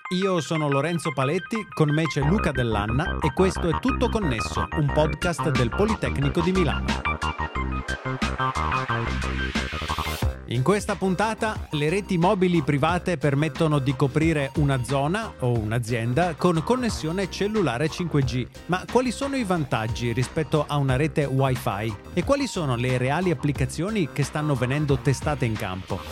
Io sono Lorenzo Paletti, con me c'è Luca Dell'Anna e questo è Tutto Connesso, un podcast del Politecnico di Milano. In questa puntata le reti mobili private permettono di coprire una zona o un'azienda con connessione cellulare 5G. Ma quali sono i vantaggi rispetto a una rete Wi-Fi? E quali sono le reali applicazioni che stanno venendo testate in campo?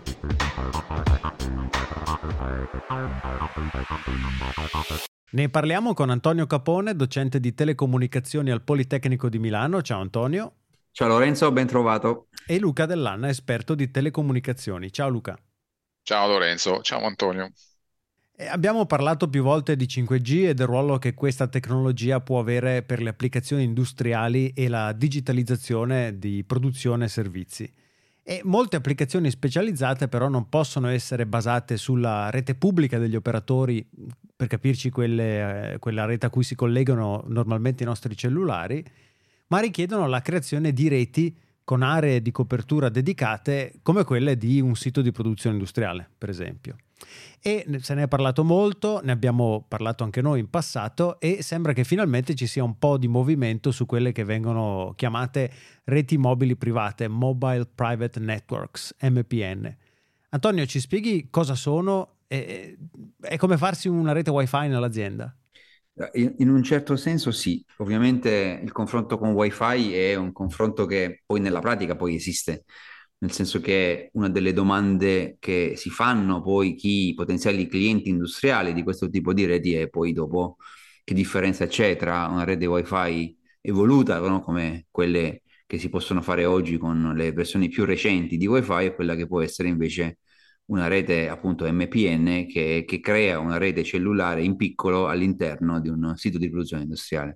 Ne parliamo con Antonio Capone, docente di telecomunicazioni al Politecnico di Milano. Ciao Antonio. Ciao Lorenzo, ben trovato. E Luca Dell'Anna, esperto di telecomunicazioni. Ciao Luca. Ciao Lorenzo, ciao Antonio. Abbiamo parlato più volte di 5G e del ruolo che questa tecnologia può avere per le applicazioni industriali e la digitalizzazione di produzione e servizi. E molte applicazioni specializzate però non possono essere basate sulla rete pubblica degli operatori, per capirci quella rete a cui si collegano normalmente i nostri cellulari, ma richiedono la creazione di reti con aree di copertura dedicate come quelle di un sito di produzione industriale, per esempio. E se ne è parlato molto, ne abbiamo parlato anche noi in passato e sembra che finalmente ci sia un po' di movimento su quelle che vengono chiamate reti mobili private, Mobile Private Networks, MPN. Antonio, ci spieghi cosa sono e come farsi una rete Wi-Fi nell'azienda? In un certo senso sì, ovviamente il confronto con Wi-Fi è un confronto che poi nella pratica poi esiste, nel senso che una delle domande che si fanno poi i potenziali clienti industriali di questo tipo di reti è poi dopo che differenza c'è tra una rete Wi-Fi evoluta, no? Come quelle che si possono fare oggi con le versioni più recenti di Wi-Fi e quella che può essere invece una rete appunto MPN che crea una rete cellulare in piccolo all'interno di un sito di produzione industriale.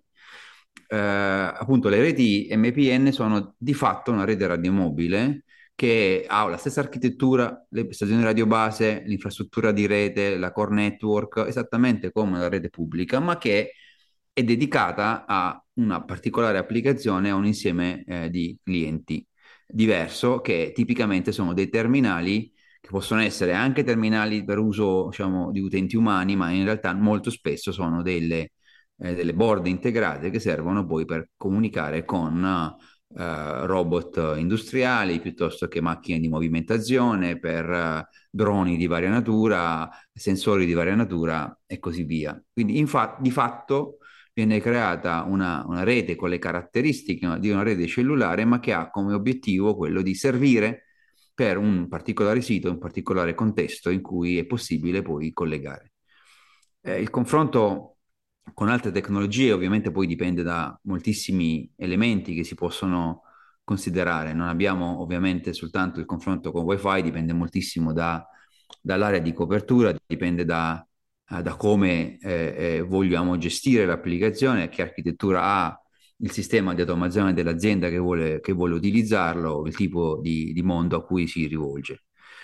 Appunto le reti MPN sono di fatto una rete radiomobile che ha la stessa architettura, le stazioni radio base, l'infrastruttura di rete, la core network, esattamente come la rete pubblica, ma che è dedicata a una particolare applicazione, a un insieme di clienti diverso, che tipicamente sono dei terminali che possono essere anche terminali per uso, diciamo, di utenti umani, ma in realtà molto spesso sono delle board integrate che servono poi per comunicare con robot industriali piuttosto che macchine di movimentazione, per droni di varia natura, sensori di varia natura e così via. Quindi di fatto viene creata una rete con le caratteristiche di una rete cellulare, ma che ha come obiettivo quello di servire per un particolare sito, un particolare contesto in cui è possibile poi collegare. Il confronto con altre tecnologie ovviamente poi dipende da moltissimi elementi che si possono considerare. Non abbiamo ovviamente soltanto il confronto con Wi-Fi, dipende moltissimo dall'area di copertura, dipende da come vogliamo gestire l'applicazione, che architettura ha il sistema di automazione dell'azienda che vuole utilizzarlo, il tipo di mondo a cui si rivolge.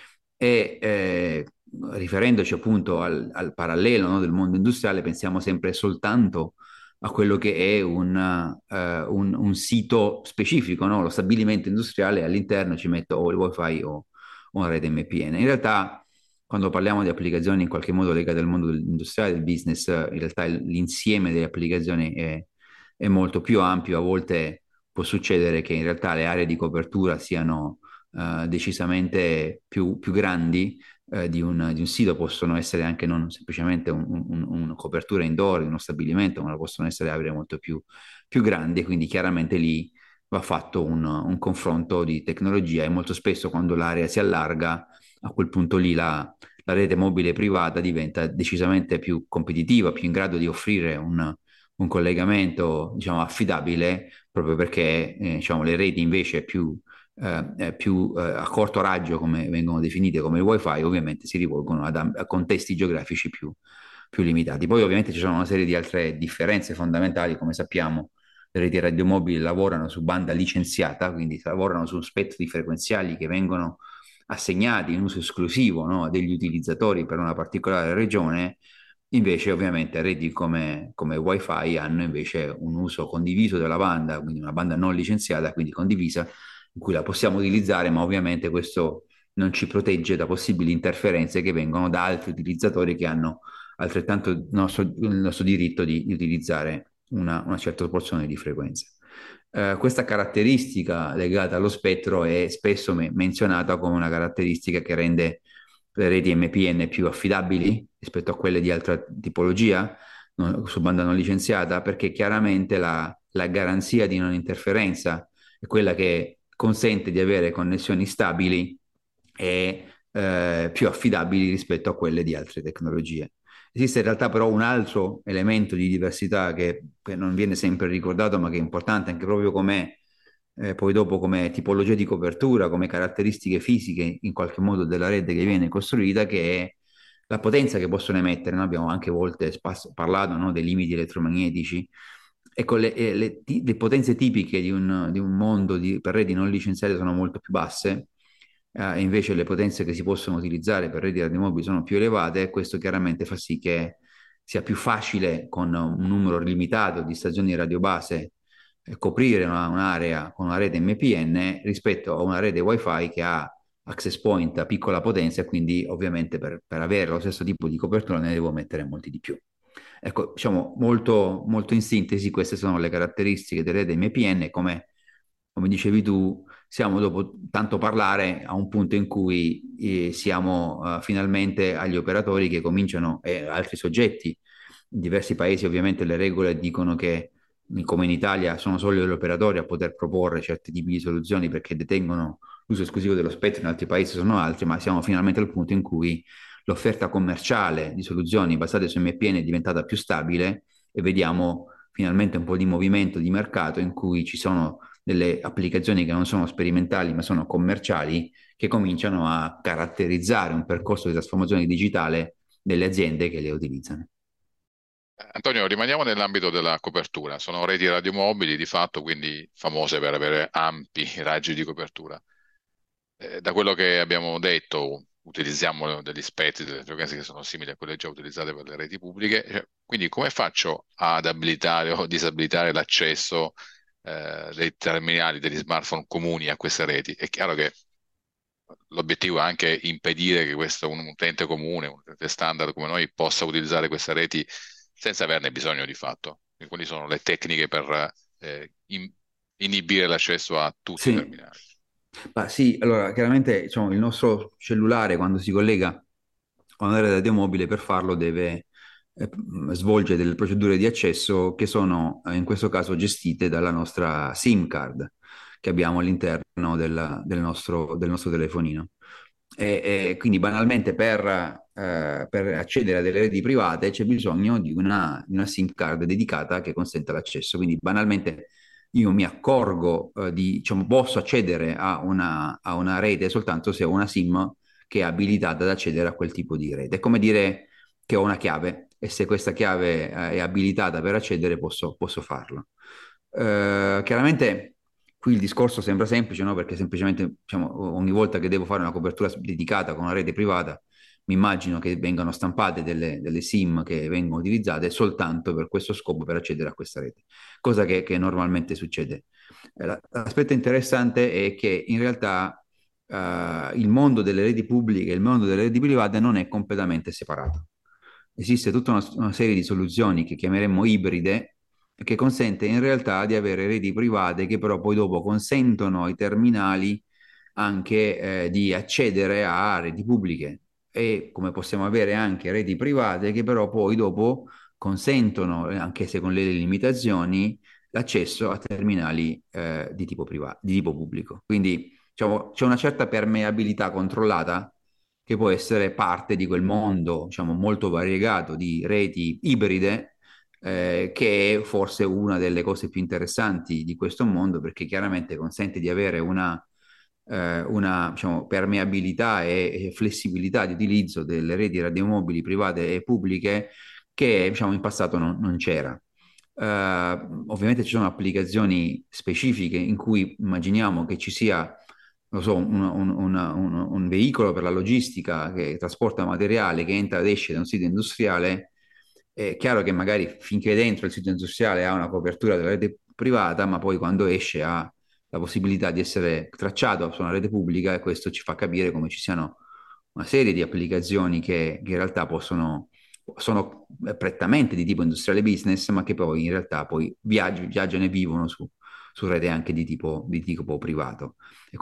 E riferendoci appunto al parallelo, no, del mondo industriale, pensiamo sempre soltanto a quello che è un sito specifico, no? Lo stabilimento industriale, all'interno ci metto o il Wi-Fi o una rete MPN. In realtà, quando parliamo di applicazioni in qualche modo legate al mondo industriale, del business, in realtà l'insieme delle applicazioni è molto più ampio. A volte può succedere che in realtà le aree di copertura siano decisamente più grandi di un sito, possono essere anche non semplicemente una copertura indoor di uno stabilimento, ma possono essere aree molto più grandi, quindi chiaramente lì va fatto un confronto di tecnologia e molto spesso quando l'area si allarga, a quel punto lì la rete mobile privata diventa decisamente più competitiva, più in grado di offrire un collegamento, diciamo, affidabile, proprio perché diciamo, le reti invece più a corto raggio, come vengono definite come il Wi-Fi, ovviamente si rivolgono a contesti geografici più limitati. Poi ovviamente ci sono una serie di altre differenze fondamentali, come sappiamo. Le reti radiomobili lavorano su banda licenziata, quindi lavorano su un spettro di frequenziali che vengono assegnati in uso esclusivo, no, degli utilizzatori per una particolare regione. Invece ovviamente reti come Wi-Fi hanno invece un uso condiviso della banda, quindi una banda non licenziata, quindi condivisa, in cui la possiamo utilizzare, ma ovviamente questo non ci protegge da possibili interferenze che vengono da altri utilizzatori che hanno altrettanto il nostro diritto di utilizzare una certa porzione di frequenza. Questa caratteristica legata allo spettro è spesso menzionata come una caratteristica che rende le reti MPN più affidabili rispetto a quelle di altra tipologia su banda non licenziata, perché chiaramente la garanzia di non interferenza è quella che consente di avere connessioni stabili e più affidabili rispetto a quelle di altre tecnologie. Esiste in realtà però un altro elemento di diversità che non viene sempre ricordato, ma che è importante anche proprio come poi dopo come tipologia di copertura, come caratteristiche fisiche in qualche modo della rete che viene costruita, che è la potenza che possono emettere. Noi abbiamo anche volte parlato, no, dei limiti elettromagnetici. Ecco, le potenze tipiche di un mondo per reti non licenziate sono molto più basse, e invece le potenze che si possono utilizzare per reti radiomobili sono più elevate, e questo chiaramente fa sì che sia più facile con un numero limitato di stazioni radiobase coprire un'area con una rete MPN rispetto a una rete WiFi che ha access point a piccola potenza, e quindi ovviamente per avere lo stesso tipo di copertura ne devo mettere molti di più. Ecco, diciamo molto, molto in sintesi, queste sono le caratteristiche delle reti MPN. Come dicevi tu, siamo dopo tanto parlare a un punto in cui siamo finalmente agli operatori che cominciano, e altri soggetti. In diversi paesi ovviamente le regole dicono che, come in Italia, sono solo gli operatori a poter proporre certi tipi di soluzioni perché detengono l'uso esclusivo dello spettro. In altri paesi sono altri, ma siamo finalmente al punto in cui l'offerta commerciale di soluzioni basate su MPN è diventata più stabile, e vediamo finalmente un po' di movimento di mercato in cui ci sono delle applicazioni che non sono sperimentali ma sono commerciali, che cominciano a caratterizzare un percorso di trasformazione digitale delle aziende che le utilizzano. Antonio, rimaniamo nell'ambito della copertura. Sono reti radiomobili di fatto, quindi famose per avere ampi raggi di copertura. Da quello che abbiamo detto, utilizziamo degli spettri, delle frequenze che sono simili a quelle già utilizzate per le reti pubbliche. Quindi come faccio ad abilitare o disabilitare l'accesso dei terminali, degli smartphone comuni a queste reti? È chiaro che l'obiettivo è anche impedire che un utente comune, un utente standard come noi, possa utilizzare queste reti senza averne bisogno di fatto. Quindi quali sono le tecniche per inibire l'accesso a tutti i Sì, terminali? ma sì, allora chiaramente diciamo, il nostro cellulare, quando si collega a una rete radiomobile, per farlo deve svolgere delle procedure di accesso che sono in questo caso gestite dalla nostra SIM card che abbiamo all'interno del nostro telefonino. E quindi banalmente per accedere a delle reti private c'è bisogno di una SIM card dedicata che consenta l'accesso. Quindi banalmente io mi accorgo diciamo, posso accedere a una rete soltanto se ho una SIM che è abilitata ad accedere a quel tipo di rete. È come dire che ho una chiave, e se questa chiave è abilitata per accedere posso farlo. Chiaramente qui il discorso sembra semplice, no? Perché semplicemente diciamo, ogni volta che devo fare una copertura dedicata con una rete privata, mi immagino che vengano stampate delle SIM che vengono utilizzate soltanto per questo scopo, per accedere a questa rete, cosa che normalmente succede. L'aspetto interessante è che in realtà il mondo delle reti pubbliche e il mondo delle reti private non è completamente separato. Esiste tutta una serie di soluzioni che chiameremmo ibride, che consente in realtà di avere reti private che però poi dopo consentono ai terminali anche di accedere a reti pubbliche, e come possiamo avere anche reti private che però poi dopo consentono, anche se con le limitazioni, l'accesso a terminali di tipo di tipo pubblico. Quindi diciamo, c'è una certa permeabilità controllata che può essere parte di quel mondo, diciamo, molto variegato di reti ibride, che è forse una delle cose più interessanti di questo mondo, perché chiaramente consente di avere una diciamo, permeabilità e flessibilità di utilizzo delle reti radiomobili private e pubbliche che diciamo, in passato non c'era. Ovviamente ci sono applicazioni specifiche in cui immaginiamo che ci sia, non so, un veicolo per la logistica che trasporta materiale, che entra ed esce da un sito industriale. È chiaro che magari finché dentro il sito industriale ha una copertura della rete privata, ma poi quando esce ha la possibilità di essere tracciato su una rete pubblica, e questo ci fa capire come ci siano una serie di applicazioni che in realtà possono sono prettamente di tipo industriale business, ma che poi in realtà poi viaggiano e vivono su rete anche di tipo privato. E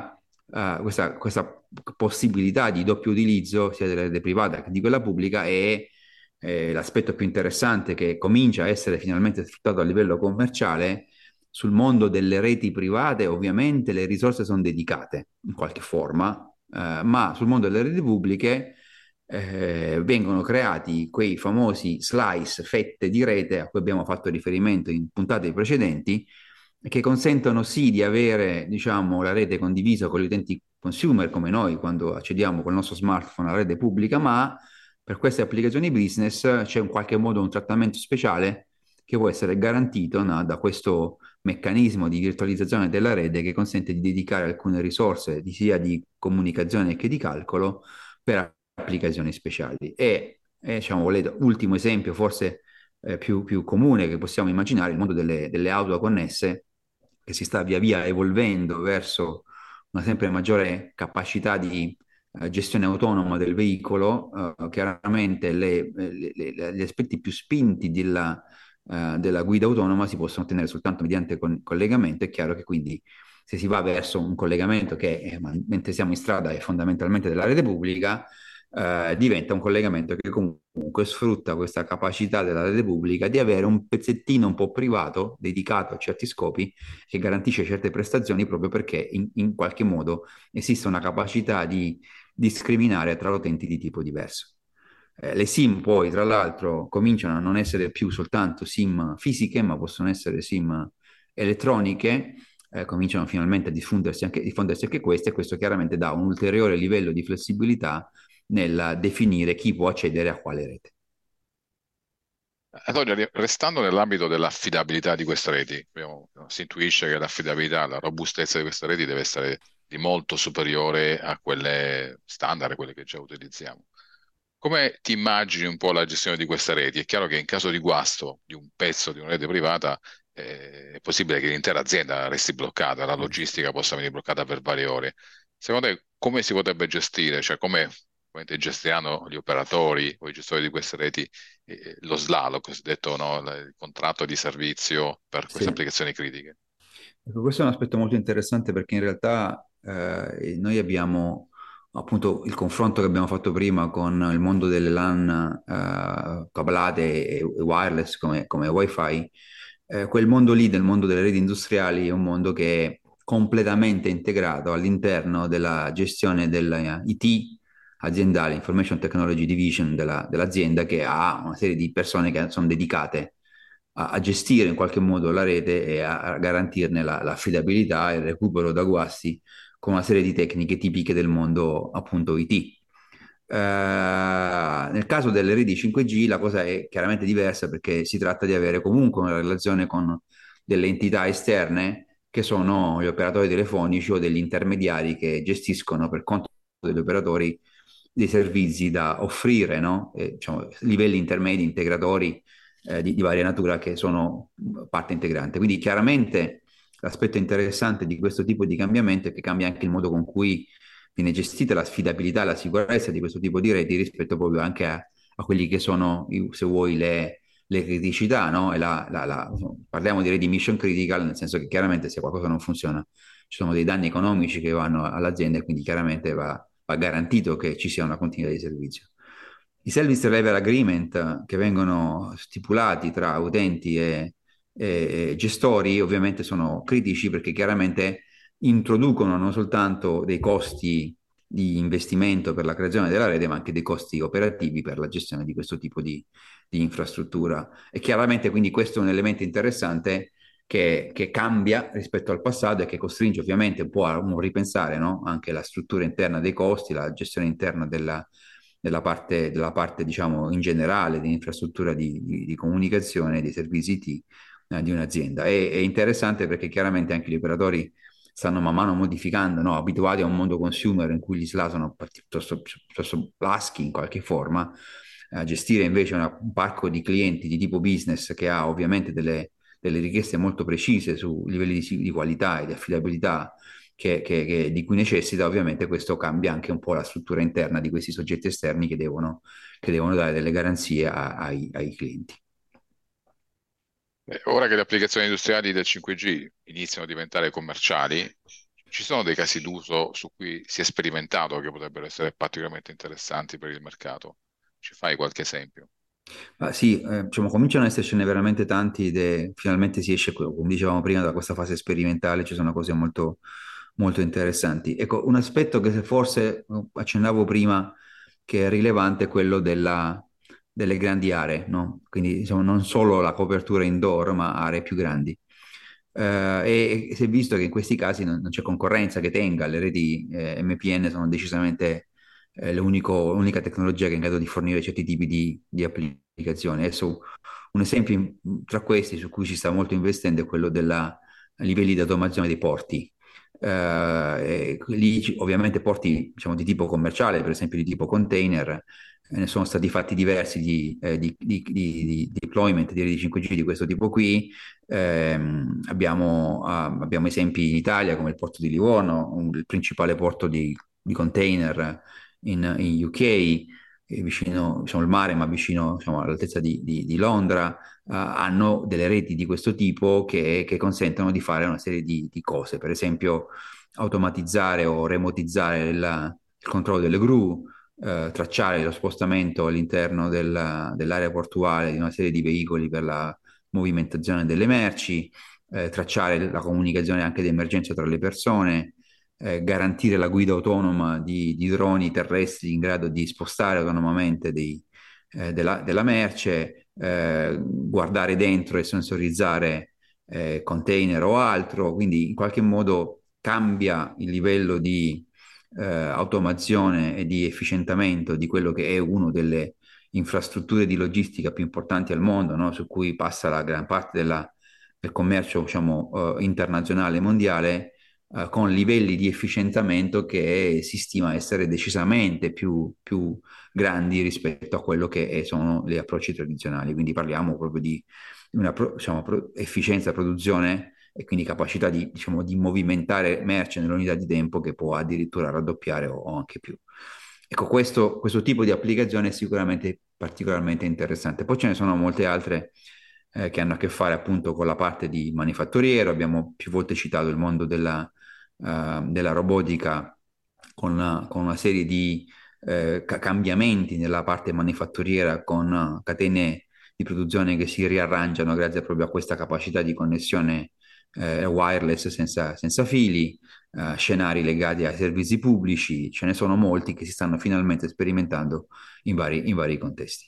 questa possibilità di doppio utilizzo sia della rete privata che di quella pubblica è l'aspetto più interessante, che comincia a essere finalmente sfruttato a livello commerciale. Sul mondo delle reti private ovviamente le risorse sono dedicate in qualche forma, ma sul mondo delle reti pubbliche vengono creati quei famosi slice, fette di rete a cui abbiamo fatto riferimento in puntate precedenti, che consentono sì di avere, diciamo, la rete condivisa con gli utenti consumer come noi quando accediamo col nostro smartphone alla rete pubblica, ma per queste applicazioni business c'è in qualche modo un trattamento speciale che può essere garantito, no, da questo meccanismo di virtualizzazione della rete che consente di dedicare alcune risorse sia di comunicazione che di calcolo per applicazioni speciali. E diciamo, volete, ultimo esempio, forse più comune che possiamo immaginare, il mondo delle auto connesse, che si sta via via evolvendo verso una sempre maggiore capacità di gestione autonoma del veicolo. Chiaramente gli aspetti più spinti della guida autonoma si possono ottenere soltanto mediante collegamento. È chiaro che quindi se si va verso un collegamento che mentre siamo in strada è fondamentalmente della rete pubblica, diventa un collegamento che comunque sfrutta questa capacità della rete pubblica di avere un pezzettino un po' privato dedicato a certi scopi, che garantisce certe prestazioni proprio perché in qualche modo esiste una capacità di discriminare tra utenti di tipo diverso. Le SIM poi, tra l'altro, cominciano a non essere più soltanto SIM fisiche, ma possono essere SIM elettroniche. Cominciano finalmente a diffondersi anche queste, e questo chiaramente dà un ulteriore livello di flessibilità nel definire chi può accedere a quale rete. Antonio, restando nell'ambito dell'affidabilità di queste reti, si intuisce che l'affidabilità, la robustezza di queste reti deve essere di molto superiore a quelle standard, quelle che già utilizziamo. Come ti immagini un po' la gestione di queste reti? È chiaro che in caso di guasto di un pezzo di una rete privata è possibile che l'intera azienda resti bloccata, la logistica possa venire bloccata per varie ore. Secondo te come si potrebbe gestire? Cioè come gestiranno gli operatori o i gestori di queste reti lo SLA, cosiddetto, no? Il contratto di servizio per queste Sì. applicazioni critiche? Ecco, questo è un aspetto molto interessante perché in realtà noi abbiamo appunto il confronto che abbiamo fatto prima con il mondo delle LAN cablate e wireless come Wi-Fi. Quel mondo lì, del mondo delle reti industriali, è un mondo che è completamente integrato all'interno della gestione dell'IT aziendale, Information Technology Division dell'azienda, che ha una serie di persone che sono dedicate a gestire in qualche modo la rete e a garantirne l'affidabilità e il recupero da guasti con una serie di tecniche tipiche del mondo appunto IT. Nel caso delle reti 5G la cosa è chiaramente diversa perché si tratta di avere comunque una relazione con delle entità esterne che sono gli operatori telefonici o degli intermediari che gestiscono per conto degli operatori dei servizi da offrire, no? Diciamo, livelli intermedi, integratori di varia natura che sono parte integrante. Quindi chiaramente l'aspetto interessante di questo tipo di cambiamento è che cambia anche il modo con cui viene gestita la sfidabilità e la sicurezza di questo tipo di reti rispetto proprio anche a quelli che sono, se vuoi, le criticità, no? Parliamo di reti mission critical, nel senso che chiaramente se qualcosa non funziona ci sono dei danni economici che vanno all'azienda e quindi chiaramente va garantito che ci sia una continuità di servizio. I service level agreement che vengono stipulati tra utenti e gestori ovviamente sono critici perché chiaramente introducono non soltanto dei costi di investimento per la creazione della rete, ma anche dei costi operativi per la gestione di questo tipo di infrastruttura. E chiaramente quindi questo è un elemento interessante che cambia rispetto al passato e che costringe ovviamente un po' a ripensare, no? Anche la struttura interna dei costi, la gestione interna della parte, diciamo, in generale di infrastruttura di comunicazione, dei servizi IT di un'azienda. È interessante perché chiaramente anche gli operatori stanno man mano modificando, no? Abituati a un mondo consumer in cui gli SLA sono piuttosto laschi in qualche forma, a gestire invece un parco di clienti di tipo business che ha ovviamente delle richieste molto precise su livelli di qualità e di affidabilità di cui necessita. Ovviamente questo cambia anche un po' la struttura interna di questi soggetti esterni che devono dare delle garanzie ai clienti. Ora che le applicazioni industriali del 5G iniziano a diventare commerciali, ci sono dei casi d'uso su cui si è sperimentato che potrebbero essere particolarmente interessanti per il mercato. Ci fai qualche esempio? Ah, sì, diciamo, cominciano ad essercene veramente tanti ed finalmente si esce, come dicevamo prima, da questa fase sperimentale, ci sono cose molto, molto interessanti. Ecco, un aspetto che forse accennavo prima, che è rilevante, è quello delle grandi aree, no? Quindi diciamo, non solo la copertura indoor, ma aree più grandi. E si è visto che in questi casi non c'è concorrenza che tenga, le reti MPN sono decisamente l'unica tecnologia che è in grado di fornire certi tipi di applicazioni. Adesso un esempio tra questi su cui si sta molto investendo è quello dei livelli di automazione dei porti. Lì ovviamente porti diciamo, di tipo commerciale, per esempio di tipo container, ne sono stati fatti diversi di deployment di reti 5G di questo tipo qui. Abbiamo esempi in Italia come il porto di Livorno, il principale porto di container in UK, vicino diciamo, al mare, ma vicino diciamo, all'altezza di Londra, hanno delle reti di questo tipo che consentono di fare una serie di cose, per esempio automatizzare o remotizzare il controllo delle gru, tracciare lo spostamento all'interno dell'area portuale di una serie di veicoli per la movimentazione delle merci, tracciare la comunicazione anche di emergenza tra le persone, garantire la guida autonoma di droni terrestri in grado di spostare autonomamente della merce, guardare dentro e sensorizzare container o altro, quindi in qualche modo cambia il livello di automazione e di efficientamento di quello che è uno delle infrastrutture di logistica più importanti al mondo, no? Su cui passa la gran parte del commercio, diciamo, internazionale e mondiale, con livelli di efficientamento che si stima essere decisamente più grandi rispetto a quello che sono gli approcci tradizionali. Quindi parliamo proprio di una diciamo, efficienza produzione e quindi capacità diciamo, di movimentare merce nell'unità di tempo che può addirittura raddoppiare o anche più. Ecco, questo tipo di applicazione è sicuramente particolarmente interessante. Poi ce ne sono molte altre che hanno a che fare appunto con la parte di manifatturiero. Abbiamo più volte citato il mondo della robotica con una serie di cambiamenti nella parte manifatturiera, con catene di produzione che si riarrangiano grazie proprio a questa capacità di connessione wireless senza fili, scenari legati ai servizi pubblici. Ce ne sono molti che si stanno finalmente sperimentando in vari contesti.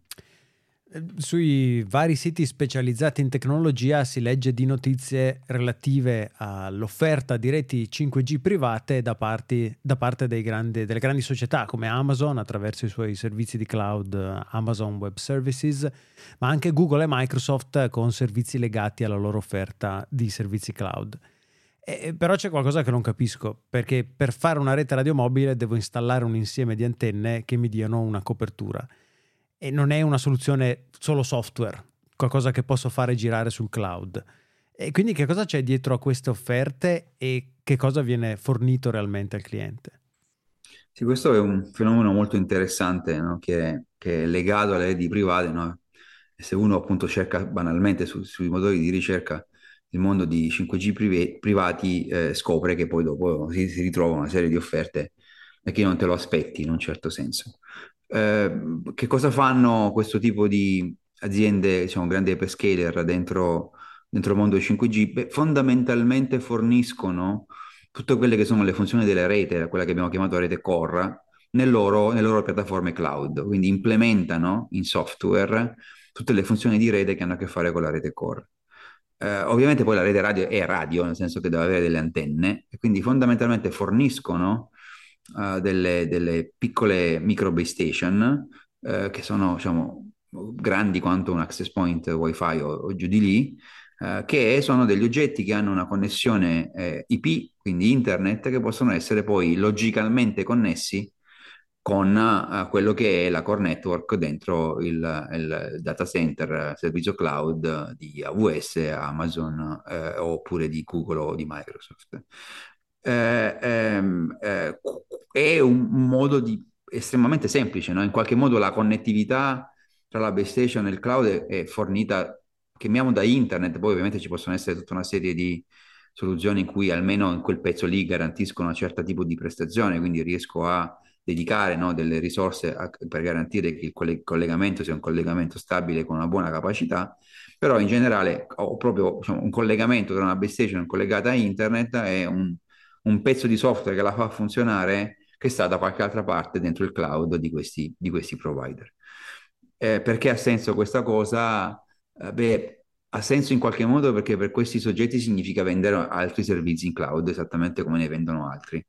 Sui vari siti specializzati in tecnologia si legge di notizie relative all'offerta di reti 5G private da parte delle grandi società come Amazon attraverso i suoi servizi di cloud Amazon Web Services, ma anche Google e Microsoft con servizi legati alla loro offerta di servizi cloud. Però c'è qualcosa che non capisco, perché per fare una rete radiomobile devo installare un insieme di antenne che mi diano una copertura. E non è una soluzione solo software, qualcosa che posso fare girare sul cloud. E quindi che cosa c'è dietro a queste offerte e che cosa viene fornito realmente al cliente? Sì, questo è un fenomeno molto interessante, no? Che è legato alle reti private, no? E se uno appunto cerca banalmente sui motori di ricerca il mondo di 5G privati, scopre che poi dopo si ritrova una serie di offerte e che non te lo aspetti in un certo senso. Che cosa fanno questo tipo di aziende, diciamo, grandi hyperscaler dentro il mondo del 5G? Beh, fondamentalmente forniscono tutte quelle che sono le funzioni della rete, quella che abbiamo chiamato rete core, nelle loro piattaforme cloud. Quindi implementano in software tutte le funzioni di rete che hanno a che fare con la rete core. Ovviamente poi la rete radio è radio, nel senso che deve avere delle antenne, e quindi fondamentalmente forniscono delle piccole micro base station che sono diciamo, grandi quanto un access point wifi o giù di lì, che sono degli oggetti che hanno una connessione IP, quindi internet, che possono essere poi logicalmente connessi con quello che è la core network dentro il data center, servizio cloud di AWS, Amazon oppure di Google o di Microsoft. è un modo estremamente semplice, no? In qualche modo la connettività tra la base station e il cloud è fornita, chiamiamo da internet, poi ovviamente ci possono essere tutta una serie di soluzioni in cui almeno in quel pezzo lì garantiscono un certo tipo di prestazione, quindi riesco a dedicare, no, delle risorse per garantire che il collegamento sia un collegamento stabile con una buona capacità, però in generale ho proprio, diciamo, un collegamento tra una base station collegata a internet e un pezzo di software che la fa funzionare che sta da qualche altra parte dentro il cloud di questi provider. Perché ha senso questa cosa? Beh, ha senso in qualche modo perché per questi soggetti significa vendere altri servizi in cloud, esattamente come ne vendono altri.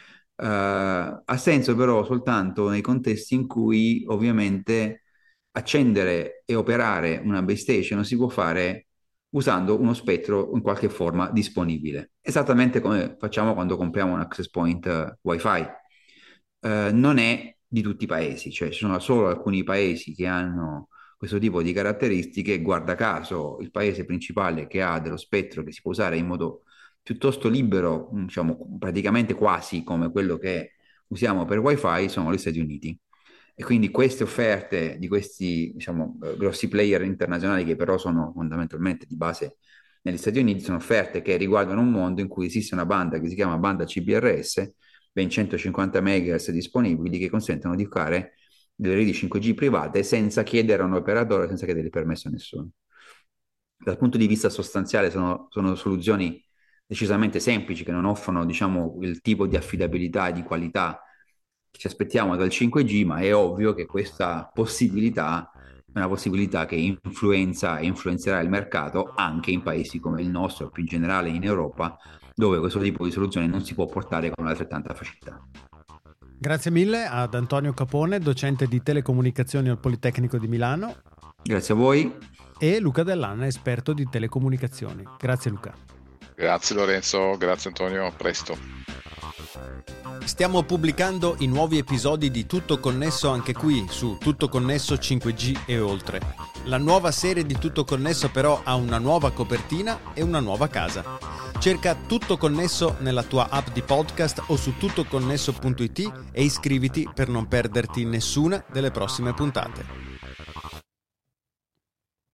Ha senso però soltanto nei contesti in cui ovviamente accendere e operare una base station si può fare usando uno spettro in qualche forma disponibile, esattamente come facciamo quando compriamo un access point Wi-Fi. Non è di tutti i paesi, cioè ci sono solo alcuni paesi che hanno questo tipo di caratteristiche. Guarda caso, il paese principale che ha dello spettro che si può usare in modo piuttosto libero, diciamo praticamente quasi come quello che usiamo per Wi-Fi, sono gli Stati Uniti. E quindi queste offerte di questi, diciamo, grossi player internazionali, che però sono fondamentalmente di base negli Stati Uniti, sono offerte che riguardano un mondo in cui esiste una banda che si chiama banda CBRS, ben 150 MHz disponibili, che consentono di fare delle reti 5G private senza chiedere a un operatore, senza chiedere permesso a nessuno. Dal punto di vista sostanziale sono soluzioni decisamente semplici, che non offrono, diciamo, il tipo di affidabilità e di qualità che ci aspettiamo dal 5G, ma è ovvio che questa possibilità è una possibilità che influenza e influenzerà il mercato anche in paesi come il nostro, più in generale in Europa, dove questo tipo di soluzione non si può portare con altrettanta facilità. Grazie mille ad Antonio Capone, docente di telecomunicazioni al Politecnico di Milano. Grazie a voi. E Luca Dell'Anna, esperto di telecomunicazioni. Grazie Luca. Grazie Lorenzo, grazie Antonio, a presto. Stiamo pubblicando i nuovi episodi di Tutto Connesso anche qui su Tutto Connesso 5G e oltre. La nuova serie di Tutto Connesso però ha una nuova copertina e una nuova casa. Cerca Tutto Connesso nella tua app di podcast o su tuttoconnesso.it e iscriviti per non perderti nessuna delle prossime puntate.